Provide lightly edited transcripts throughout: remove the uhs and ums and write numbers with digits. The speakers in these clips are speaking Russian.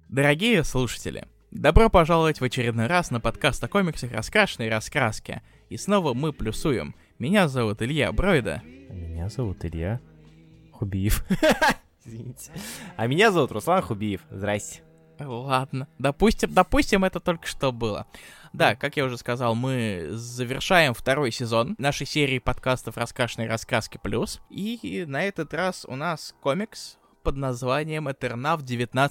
Дорогие слушатели, добро пожаловать в очередной раз на подкаст о комиксах «Раскрашенной раскраски». И снова мы плюсуем. Меня зовут Илья Бройда. Меня зовут Илья Хубиев. Извините. А меня зовут Руслан Хубиев. Здрасте. Ладно, допустим, это только что было. Да, как я уже сказал, мы завершаем второй сезон нашей серии подкастов «Раскрашенной раскраски плюс». И на этот раз у нас комикс под названием «Этернавт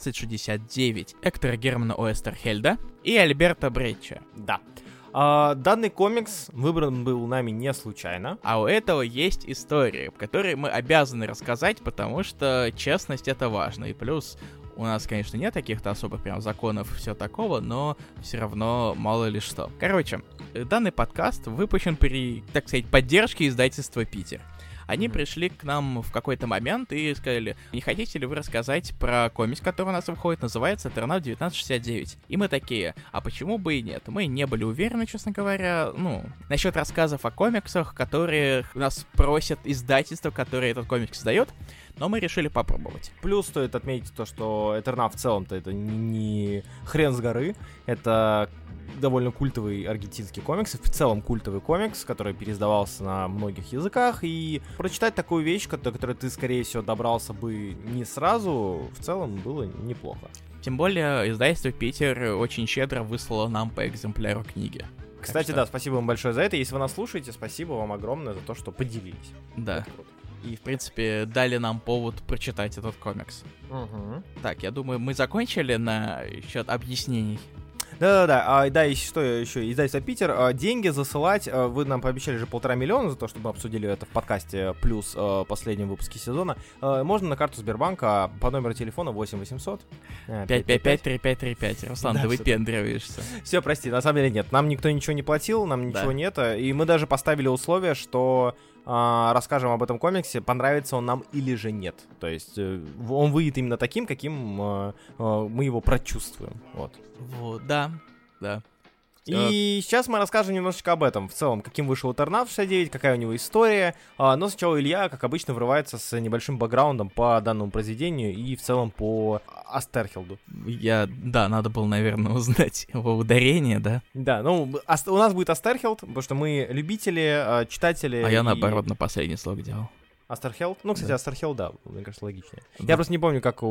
1969» Эктора Германа Оэстерхельда и Альберта Бречча. Да. Данный комикс выбран был нами не случайно. А у этого есть история, которую мы обязаны рассказать, потому что честность — это важно. И плюс у нас, конечно, нет каких-то особых прям законов, все такого, но все равно мало ли что. Короче, данный подкаст выпущен при, так сказать, поддержке издательства «Питер». Они пришли к нам в какой-то момент и сказали: не хотите ли вы рассказать про комикс, который у нас выходит, называется «Этернавт 1969». И мы такие: а почему бы и нет? Мы не были уверены, честно говоря, насчет рассказов о комиксах, которые нас просят издательство, которое этот комикс издает, но мы решили попробовать. Плюс стоит отметить то, что Этернавт в целом-то это не хрен с горы, это довольно культовый аргентинский комикс, в целом культовый комикс, который переиздавался на многих языках, и прочитать такую вещь, до которой ты, скорее всего, добрался бы не сразу, в целом было неплохо. Тем более, издательство «Питер» очень щедро выслало нам по экземпляру книги. Кстати, да, спасибо вам большое за это. Если вы нас слушаете, спасибо вам огромное за то, что поделились. Да. И, в принципе, дали нам повод прочитать этот комикс. Угу. Так, я думаю, мы закончили на счет объяснений. Да, что еще, издательство Питер, деньги засылать, вы нам пообещали же 1,5 миллиона за то, чтобы мы обсудили это в подкасте плюс последнем выпуске сезона, можно на карту Сбербанка по номеру телефона 8 800 555 3535. Руслан, да, ты выпендриваешься. Все, прости, на самом деле нет, нам никто ничего не платил, нам ничего нет, и мы даже поставили условие, что расскажем об этом комиксе, понравится он нам или же нет. То есть он выйдет именно таким, каким мы его прочувствуем. Вот, да. И сейчас мы расскажем немножечко об этом. В целом, каким вышел Этернавт 69, какая у него история. Но сначала Илья, как обычно, врывается с небольшим бэкграундом по данному произведению и в целом по Остерхелду. Надо было, наверное, узнать его ударение, да? Да, у нас будет Остерхелд, потому что мы любители, читатели. А я, наоборот, на последний слог делал. Остерхелд? Кстати, Остерхелд, да, мне кажется, логичнее. Да. Я просто не помню, как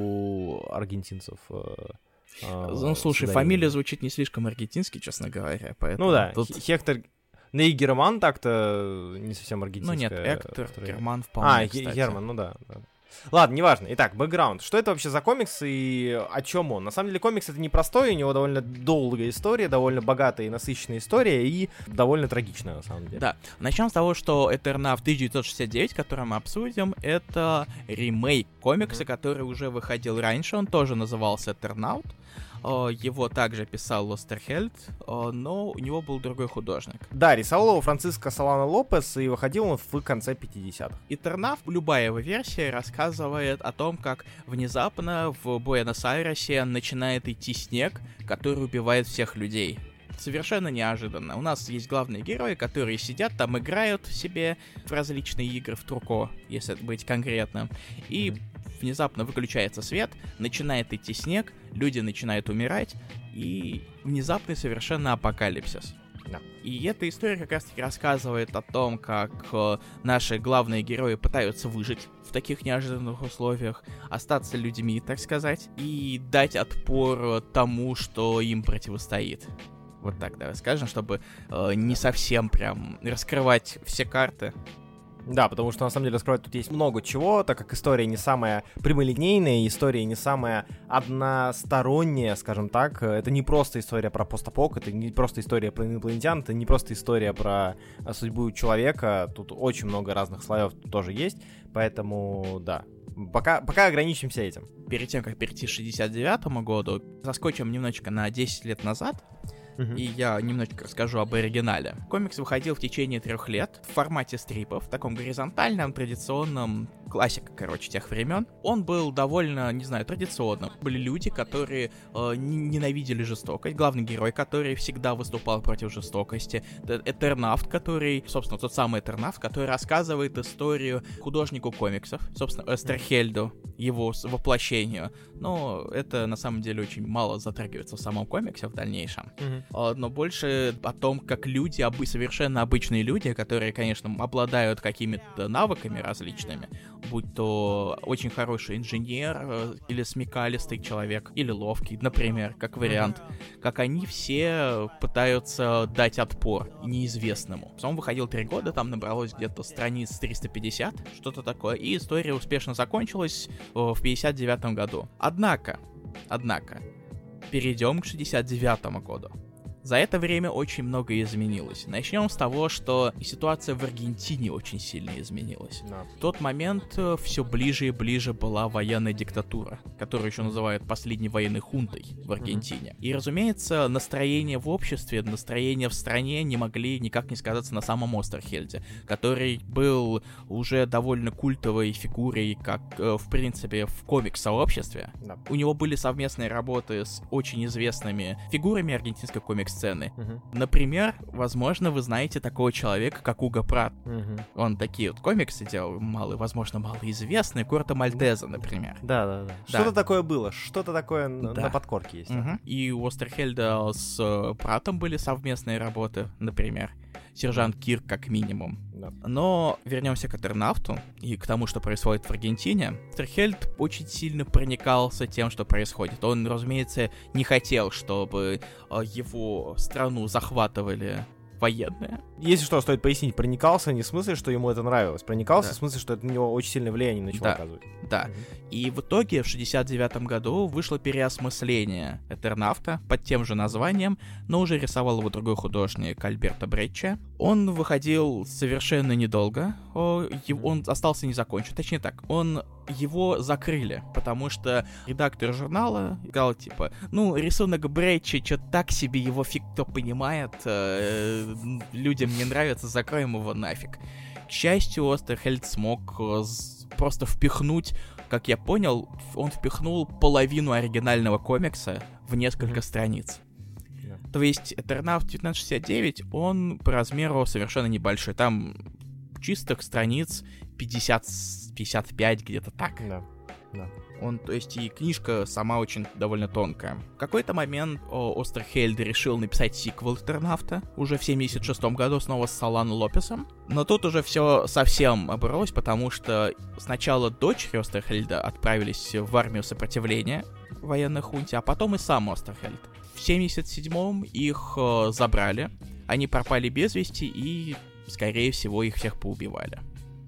у аргентинцев. Слушай, фамилия звучит не слишком аргентински, честно говоря, поэтому... Хектор... Да и Герман так-то не совсем аргентинская. Эктор, Герман вполне, кстати. Герман, да. Ладно, неважно. Итак, бэкграунд. Что это вообще за комикс и о чем он? На самом деле комикс это непростой, у него довольно долгая история, довольно богатая и насыщенная история, и довольно трагичная, на самом деле. Да. Начнем с того, что Этернавт 1969, который мы обсудим, это ремейк комикса, который уже выходил раньше, он тоже назывался Этернавт. Его также писал Остерхельд, но у него был другой художник. Да, рисовал его Франциско Солано Лопес, и выходил он в конце 50-х. Этернавт, любая его версия, рассказывает о том, как внезапно в Буэнос-Айресе начинает идти снег, который убивает всех людей. Совершенно неожиданно. У нас есть главные герои, которые сидят там, играют себе в различные игры, в Труко, если быть конкретным, и внезапно выключается свет, начинает идти снег, люди начинают умирать, и внезапный совершенно апокалипсис. Да. И эта история как раз-таки рассказывает о том, как наши главные герои пытаются выжить в таких неожиданных условиях, остаться людьми, так сказать, и дать отпор тому, что им противостоит. Вот так, давай скажем, чтобы не совсем прям раскрывать все карты. Да, потому что на самом деле раскрывать тут есть много чего, так как история не самая прямолинейная, история не самая односторонняя, скажем так. Это не просто история про постапок, это не просто история про инопланетян, это не просто история про судьбу человека. Тут очень много разных слоев тоже есть, поэтому да. Пока ограничимся этим. Перед тем, как перейти к 69-му году, заскочим немножечко на 10 лет назад. И я немножечко расскажу об оригинале. Комикс выходил в течение 3 лет в формате стрипов, в таком горизонтальном, традиционном классика, короче, тех времен. Он был довольно, не знаю, традиционным. Были люди, которые ненавидели жестокость. Главный герой, который всегда выступал против жестокости. Этернавт, который, собственно, тот самый Этернавт, который рассказывает историю художнику комиксов, собственно, Остерхельду, его воплощению. Но это, на самом деле, очень мало затрагивается в самом комиксе в дальнейшем. Но больше о том, как люди, совершенно обычные люди, которые, конечно, обладают какими-то навыками различными, будь то очень хороший инженер, или смекалистый человек, или ловкий, например, как вариант, как они все пытаются дать отпор неизвестному. Он выходил 3 года, там набралось где-то страниц 350, что-то такое, и история успешно закончилась в 59 году. Однако, перейдем к 69 году. За это время очень многое изменилось. Начнем с того, что ситуация в Аргентине очень сильно изменилась. В тот момент все ближе и ближе была военная диктатура, которую еще называют последней военной хунтой в Аргентине. И, разумеется, настроение в обществе, настроение в стране не могли никак не сказаться на самом Остерхельде, который был уже довольно культовой фигурой, как, в принципе, в комикс-сообществе. У него были совместные работы с очень известными фигурами аргентинской комикс-сцены. Например, возможно, вы знаете такого человека, как Уго Прат. Он такие вот комиксы делал, возможно, малоизвестные. Курта Мальтеза, например. Да. Что-то такое было, что-то такое на подкорке есть. И у Остерхельда с Пратом были совместные работы, например. Сержант Кирк, как минимум. Но вернемся к Этернавту и к тому, что происходит в Аргентине. Остерхельд очень сильно проникался тем, что происходит. Он, разумеется, не хотел, чтобы его страну захватывали военные. Если что, стоит пояснить, проникался не в смысле, что ему это нравилось. Проникался в смысле, что это на него очень сильное влияние начало оказывать. Да. И в итоге в 69 году вышло переосмысление Этернавта под тем же названием, но уже рисовал его другой художник Альберто Бреччи. Он выходил совершенно недолго, он остался незакончен. Точнее так, его закрыли, потому что редактор журнала сказал, типа, рисунок Бреччи, что так себе, его фиг кто понимает, людям не нравится, закроем его нафиг. К счастью, Остерхельд смог просто впихнуть, как я понял, он впихнул половину оригинального комикса в несколько страниц. То есть Этернавт 1969, он по размеру совершенно небольшой. Там чистых страниц 50-55, где-то так. Да. То есть и книжка сама очень довольно тонкая. В какой-то момент Остерхельд решил написать сиквел Этернавта, уже в 76 году снова с Солано Лопесом. Но тут уже все совсем оборвалось, потому что сначала дочери Остерхельда отправились в армию сопротивления военной хунте, а потом и сам Остерхельд. В 77-м их забрали, они пропали без вести и, скорее всего, их всех поубивали.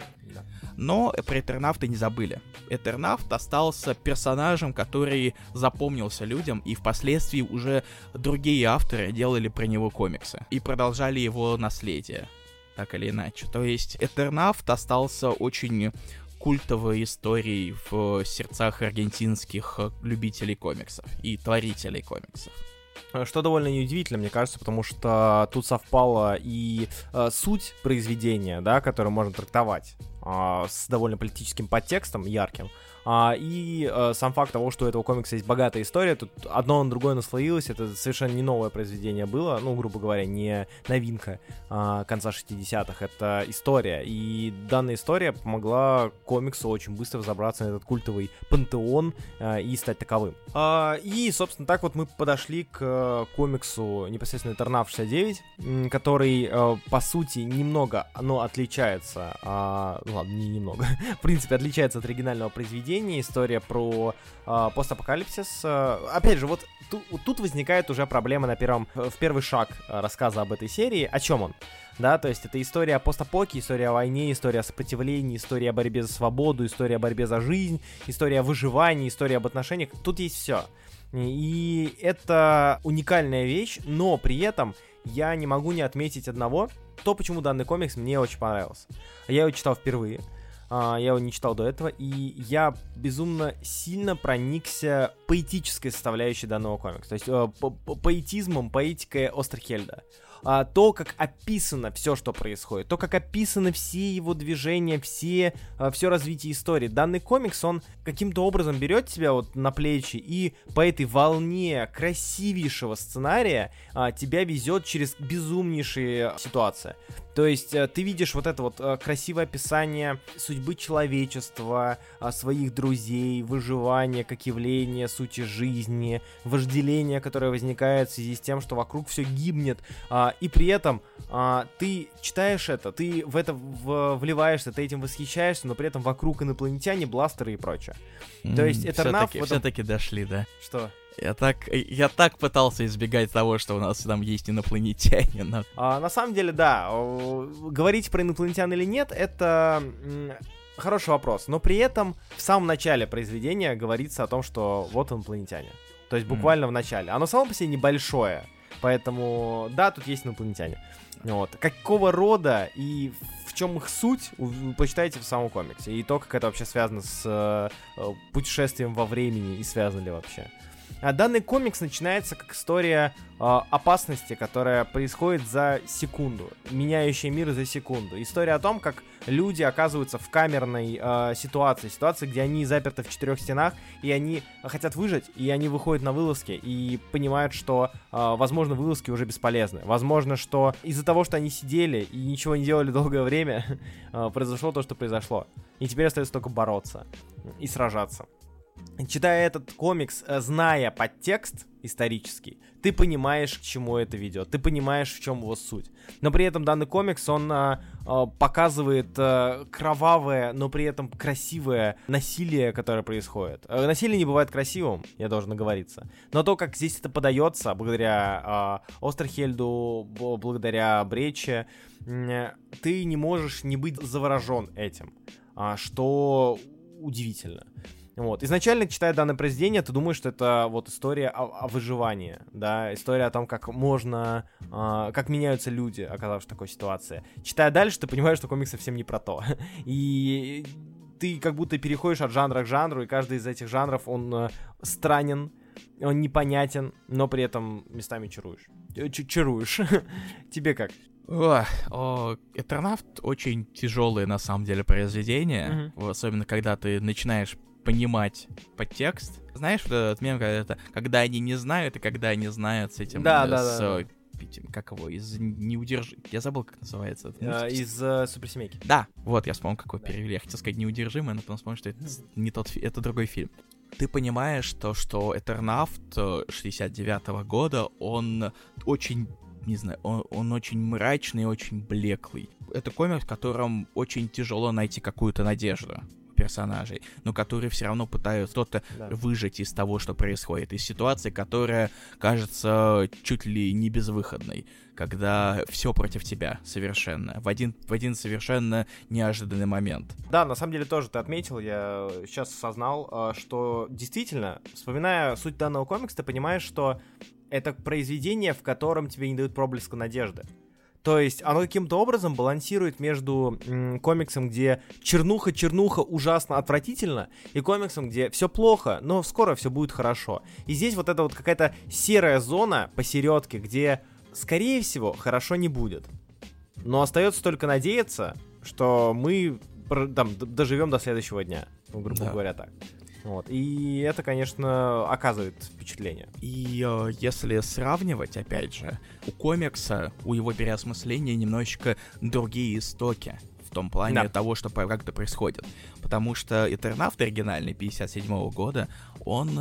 Но про Этернавта не забыли. Этернавт остался персонажем, который запомнился людям, и впоследствии уже другие авторы делали про него комиксы и продолжали его наследие, так или иначе. То есть Этернавт остался очень культовой историей в сердцах аргентинских любителей комиксов и творителей комиксов. Что довольно неудивительно, мне кажется, потому что тут совпала и суть произведения, да, которую можно трактовать с довольно политическим подтекстом, ярким, и сам факт того, что у этого комикса есть богатая история, тут одно на другое наслоилось, это совершенно не новое произведение было, грубо говоря, не новинка конца 60-х, это история, и данная история помогла комиксу очень быстро взобраться на этот культовый пантеон и стать таковым. И, собственно, так вот мы подошли к комиксу непосредственно Этернавт 69, который, по сути, немного, отличается, не немного, в принципе, отличается от оригинального произведения. История про постапокалипсис. Опять же, вот тут возникает уже проблема в первый шаг рассказа об этой серии. О чем он? Да, то есть это история о постапоке, история о войне, история о сопротивлении, история о борьбе за свободу, история о борьбе за жизнь, история о выживании, история об отношениях. Тут есть все. И это уникальная вещь, но при этом я не могу не отметить одного, почему данный комикс мне очень понравился. Я его читал впервые. Я его не читал до этого, и я безумно сильно проникся поэтической составляющей данного комикса. То есть поэтизмом, поэтикой Остерхельда. то, как описано все, что происходит, то, как описаны все его движения, все развитие истории. Данный комикс, он каким-то образом берет тебя вот на плечи и по этой волне красивейшего сценария тебя везет через безумнейшие ситуации. То есть ты видишь вот это вот красивое описание судьбы человечества, своих друзей, выживания как явление сути жизни, вожделение, которое возникает в связи с тем, что вокруг все гибнет, и при этом ты читаешь это, ты в это вливаешься, ты этим восхищаешься, но при этом вокруг инопланетяне, бластеры и прочее. То есть Этернаф... Все-таки дошли, да? Что? Я так пытался избегать того, что у нас там есть инопланетяне. Но... на самом деле, да, говорить про инопланетян или нет, это хороший вопрос. Но при этом в самом начале произведения говорится о том, что вот инопланетяне. То есть буквально в начале. Оно само по себе небольшое, поэтому, да, тут есть инопланетяне. Вот. Какого рода и в чем их суть, вы почитаете в самом комиксе. И то, как это вообще связано с путешествием во времени и связано ли вообще. Данный комикс начинается как история опасности, которая происходит за секунду, меняющая мир за секунду. История о том, как люди оказываются в камерной ситуации, где они заперты в 4 стенах, и они хотят выжить, и они выходят на вылазки и понимают, что, возможно, вылазки уже бесполезны. Возможно, что из-за того, что они сидели и ничего не делали долгое время, произошло то, что произошло. И теперь остается только бороться и сражаться. Читая этот комикс, зная подтекст исторический, ты понимаешь, к чему это ведет, ты понимаешь, в чем его суть. Но при этом данный комикс, он показывает кровавое, но при этом красивое насилие, которое происходит. Насилие не бывает красивым, я должен оговориться. Но то, как здесь это подается, благодаря Остерхельду, благодаря Брече, ты не можешь не быть заворожен этим, что удивительно. Вот. Изначально, читая данное произведение, ты думаешь, что это вот история о выживании, да, история о том, как можно, как меняются люди, оказавшись в такой ситуации. Читая дальше, ты понимаешь, что комикс совсем не про то. И ты как будто переходишь от жанра к жанру, и каждый из этих жанров, он странен, он непонятен, но при этом местами чаруешь. Тебе как? Этернафт очень тяжелое на самом деле произведение, особенно когда ты начинаешь понимать подтекст. Знаешь, вот этот мем, когда они не знают, и когда они знают с этим... Да. Как его? Из неудержимых... Я забыл, как называется. Из суперсемейки. Да, вот, я вспомнил, какой перевели. Я хотел сказать неудержимый, но потом вспомнил, что это не тот фильм, это другой фильм. Ты понимаешь, что Этернафт 69-го года, он очень... Не знаю, он очень мрачный, очень блеклый. Это комикс, в котором очень тяжело найти какую-то надежду персонажей, но которые все равно пытаются что-то выжать из того, что происходит, из ситуации, которая кажется чуть ли не безвыходной, когда все против тебя совершенно, в один совершенно неожиданный момент. Да, на самом деле тоже ты отметил, я сейчас осознал, что действительно, вспоминая суть данного комикса, ты понимаешь, что это произведение, в котором тебе не дают проблеска надежды. То есть оно каким-то образом балансирует между комиксом, где чернуха ужасно отвратительно, и комиксом, где все плохо, но скоро все будет хорошо. И здесь вот эта вот какая-то серая зона посередке, где, скорее всего, хорошо не будет. Но остается только надеяться, что мы там доживем до следующего дня, грубо говоря так. Вот. И это, конечно, оказывает впечатление. И если сравнивать, опять же, у комикса, у его переосмысления немножечко другие истоки в том плане того, что как-то происходит. Потому что Этернафт оригинальный 57-го года, он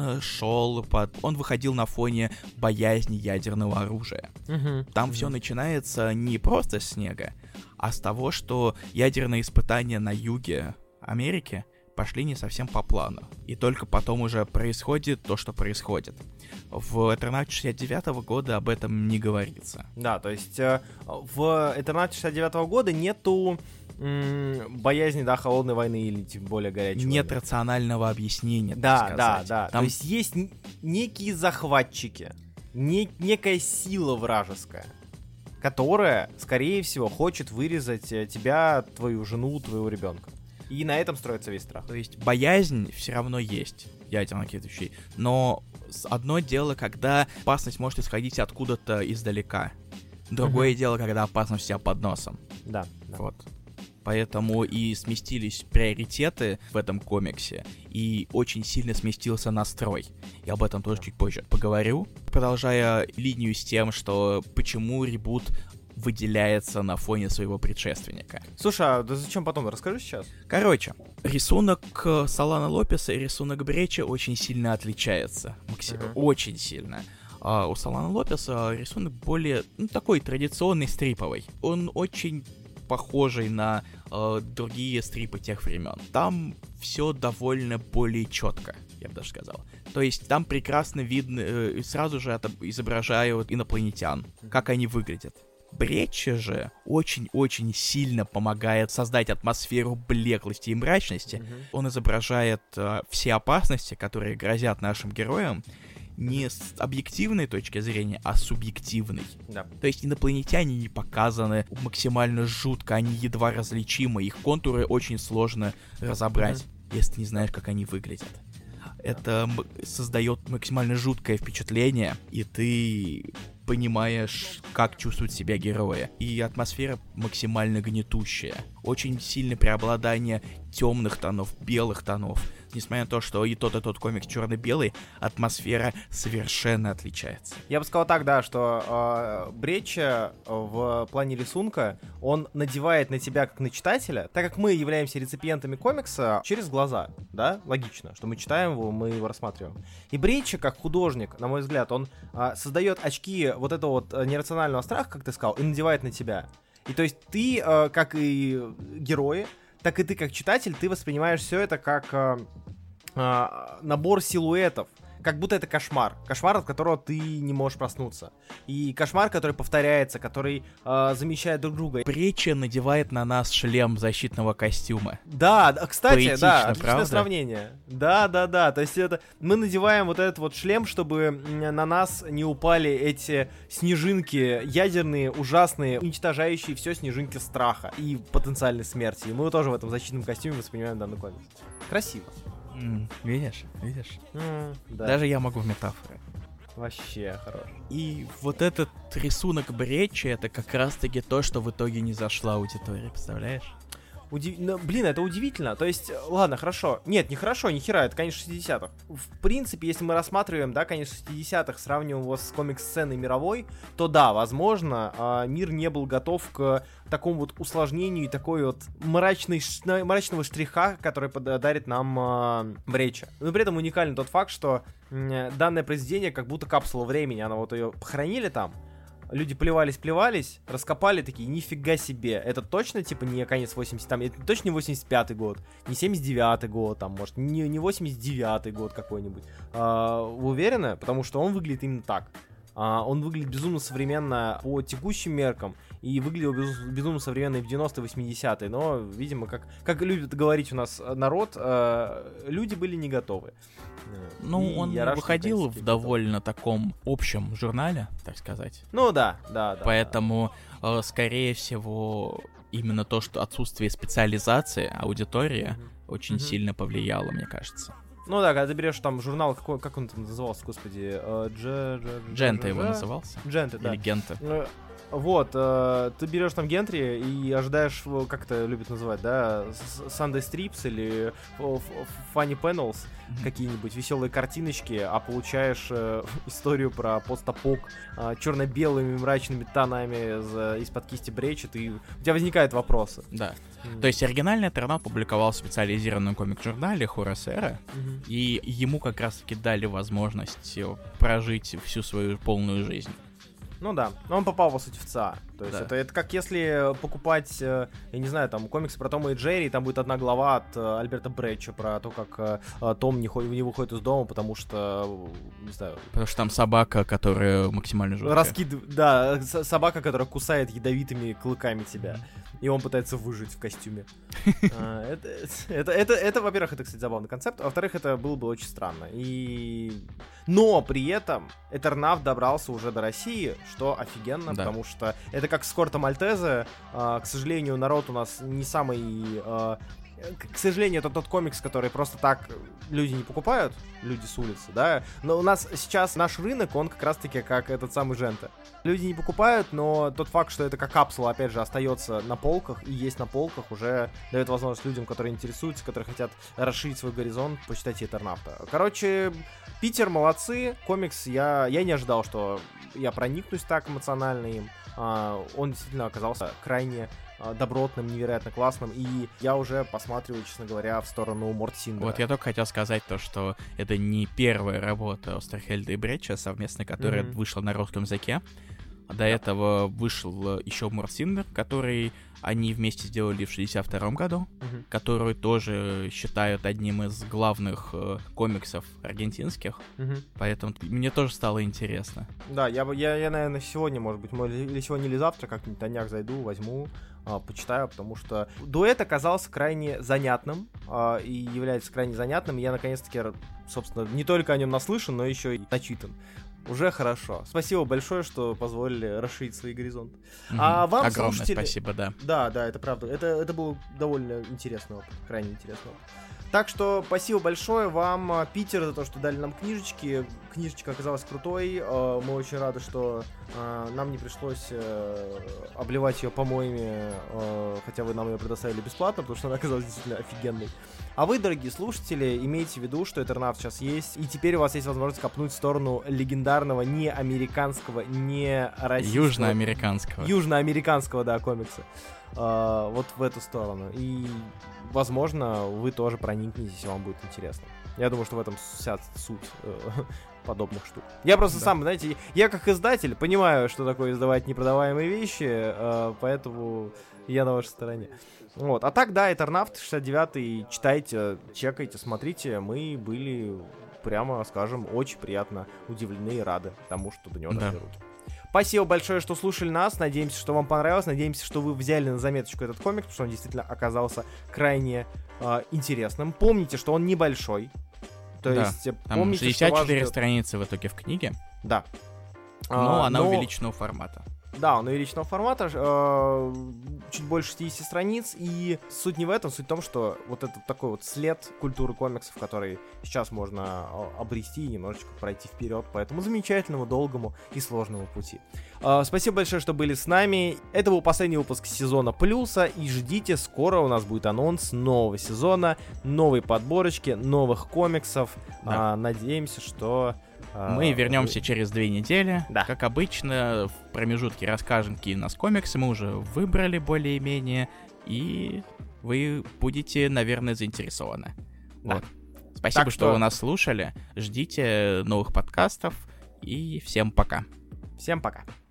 выходил на фоне боязни ядерного оружия. Там все начинается не просто с снега, а с того, что ядерные испытания на юге Америки пошли не совсем по плану. И только потом уже происходит то, что происходит. В Этернафте 69-го года об этом не говорится. Да, то есть в Этернафте 69-го года нету боязни, да, холодной войны или тем более горячей войны. Нет рационального объяснения, так сказать. Да. Там... То есть есть некие захватчики, некая сила вражеская, которая, скорее всего, хочет вырезать тебя, твою жену, твоего ребенка. И на этом строится весь страх. То есть боязнь все равно есть, ядерных каких-то вещей. Но одно дело, когда опасность может исходить откуда-то издалека. Другое дело, когда опасность у тебя под носом. Да. Вот. Поэтому и сместились приоритеты в этом комиксе, и очень сильно сместился настрой. Я об этом тоже чуть позже поговорю. Продолжая линию с тем, что почему ребут выделяется на фоне своего предшественника. Слушай, а да зачем потом? Расскажи сейчас. Короче, рисунок Солана Лопеса и рисунок Бреча очень сильно отличается. Очень сильно. У Солана Лопеса рисунок более, такой традиционный, стриповый. Он очень похожий на другие стрипы тех времен. Там все довольно более четко, я бы даже сказал. То есть там прекрасно видно, сразу же изображают инопланетян, как они выглядят. Бреча же очень-очень сильно помогает создать атмосферу блеклости и мрачности. Он изображает все опасности, которые грозят нашим героям, не с объективной точки зрения, а субъективной. Да. То есть инопланетяне не показаны максимально жутко, они едва различимы, их контуры очень сложно разобрать, если ты не знаешь, как они выглядят. Это создает максимально жуткое впечатление, и ты понимаешь, как чувствуют себя герои. И атмосфера максимально гнетущая. Очень сильное преобладание темных тонов, белых тонов. Несмотря на то, что и тот комикс черно-белый, атмосфера совершенно отличается. Я бы сказал так, да, что Бреча в плане рисунка, он надевает на тебя, как на читателя, так как мы являемся реципиентами комикса, через глаза, да, логично, что мы читаем его, мы его рассматриваем. И Бреча, как художник, на мой взгляд, он создает очки вот этого вот нерационального страха, как ты сказал, и надевает на тебя. И то есть ты, как и герои, так и ты, как читатель, ты воспринимаешь все это как набор силуэтов. Как будто это кошмар. Кошмар, от которого ты не можешь проснуться. И кошмар, который повторяется, который замещает друг друга. Бреча надевает на нас шлем защитного костюма. Да, кстати, поэтично, да, отличное правда? сравнение. Да. То есть это мы надеваем вот этот вот шлем, чтобы на нас не упали эти снежинки ядерные, ужасные, уничтожающие все снежинки страха и потенциальной смерти. И мы тоже в этом защитном костюме воспринимаем данный комикс. Красиво. Видишь? Да. Даже я могу в метафоры. Вообще хорош. И вот этот рисунок Бреча, это как раз-таки то, что в итоге не зашла аудитории, представляешь? Блин, это удивительно. То есть, ладно, хорошо. Нет, не хорошо, ни хера, это, конечно, 60-х. В принципе, если мы рассматриваем, да, конечно, 60-х, сравниваем его с комикс-сценой мировой, то да, возможно, мир не был готов к такому вот усложнению и такой вот мрачного штриха, который дарит нам Бреча. Но при этом уникален тот факт, что данное произведение как будто капсула времени, она вот ее похоронили там, люди плевались, раскопали такие, нифига себе, это точно, типа, не конец 80, там, это точно не 85-й год, не 79-й год, там, может, не 89-й год какой-нибудь. Вы уверены? Потому что он выглядит именно так. Он выглядит безумно современно по текущим меркам и выглядел безумно современно и в 90-е, 80-е, но, видимо, как любит говорить у нас народ, люди были не готовы. Ну, он выходил в довольно таком общем журнале, так сказать. Ну да. Поэтому, скорее всего, именно то, что отсутствие специализации аудитории очень сильно повлияло, мне кажется. Ну да, когда ты берешь там журнал, как он там назывался, господи, Джента его назывался? Джента, да. Или Гента. Вот, ты берешь там Гентри и ожидаешь, как это любят называть, да, Sunday Strips или Funny Panels, какие-нибудь веселые картиночки, а получаешь историю про постапок черно-белыми мрачными тонами из-под кисти Бреча, у тебя возникают вопросы. Да. То есть оригинальный Этернал публиковал в специализированном комик-журнале Хорас Эра, и ему как раз-таки дали возможность прожить всю свою полную жизнь. Ну да, но он попал, по сути, в ЦА. То есть это как если покупать, я не знаю, там комиксы про Тома и Джерри, и там будет одна глава от Альберта Бреча про то, как Том не выходит из дома, потому что, не знаю... Потому что там собака, которая максимально жуткая. Да, собака, которая кусает ядовитыми клыками тебя. И он пытается выжить в костюме. Это, во-первых, это, кстати, забавный концепт. А во-вторых, это было бы очень странно. Но при этом Этернав добрался уже до России, что офигенно, потому что это как с Корто Мальтезе. К сожалению, народ у нас не самый к сожалению, это тот комикс, который просто так люди не покупают, люди с улицы, да, но у нас сейчас наш рынок, он как раз-таки как этот самый Жента. Люди не покупают, но тот факт, что это как капсула, опять же, остается на полках и есть на полках, уже дает возможность людям, которые интересуются, которые хотят расширить свой горизонт, почитать Этернавта. Короче, Питер молодцы, комикс, я не ожидал, что я проникнусь так эмоционально им. Он действительно оказался крайне добротным, невероятно классным, и я уже посматриваю, честно говоря, в сторону Мортсингера. Вот я только хотел сказать то, что это не первая работа Остерхельда и Бреча, совместно, которая вышла на русском языке. До этого вышел еще Мортсингер, который они вместе сделали в 62-м году, который тоже считают одним из главных комиксов аргентинских, поэтому мне тоже стало интересно. Да, я, наверное, сегодня, может быть, или сегодня, или завтра как-нибудь на днях зайду, возьму, почитаю, потому что дуэт оказался крайне занятным и является крайне занятным, и я, наконец-таки, собственно, не только о нем наслышан, но еще и начитан. Уже хорошо. Спасибо большое, что позволили расширить свои горизонты. А вам, огромное слушатели... спасибо, да. Да, это правда. Это был довольно интересный опыт, крайне интересный опыт. Так что спасибо большое вам, Питер, за то, что дали нам книжечки. Книжечка оказалась крутой. Мы очень рады, что нам не пришлось обливать ее помоями, хотя вы нам ее предоставили бесплатно, потому что она оказалась действительно офигенной. А вы, дорогие слушатели, имейте в виду, что Этернавт сейчас есть, и теперь у вас есть возможность копнуть в сторону легендарного не американского, не российского... Южноамериканского, да, комикса. Вот в эту сторону. И, возможно, вы тоже проникнетесь, и вам будет интересно. Я думаю, что в этом вся суть подобных штук. Я просто сам, знаете, я как издатель понимаю, что такое издавать непродаваемые вещи, поэтому я на вашей стороне. Вот. А так, да, Этернавт 69-й, читайте, чекайте, смотрите. Мы были, прямо скажем, очень приятно удивлены и рады тому, что до него дошли руки. Спасибо большое, что слушали нас. Надеемся, что вам понравилось. Надеемся, что вы взяли на заметочку этот комикс, потому что он действительно оказался крайне интересным. Помните, что он небольшой. То есть, там помните, 64 страницы в итоге в книге. Да. Но она увеличенного формата. Да, он увеличенного формата, чуть больше 60 страниц, и суть не в этом, суть в том, что вот этот такой вот след культуры комиксов, который сейчас можно обрести и немножечко пройти вперед по этому замечательному, долгому и сложному пути. Спасибо большое, что были с нами. Это был последний выпуск сезона Плюса, и ждите, скоро у нас будет анонс нового сезона, новой подборочки, новых комиксов. Да. Надеемся, что... Мы вернемся через 2 недели. Да. Как обычно, в промежутке расскажем, какие у нас комиксы мы уже выбрали более-менее, и вы будете, наверное, заинтересованы. Да. Вот. Спасибо, так что вы нас слушали. Ждите новых подкастов, и всем пока. Всем пока.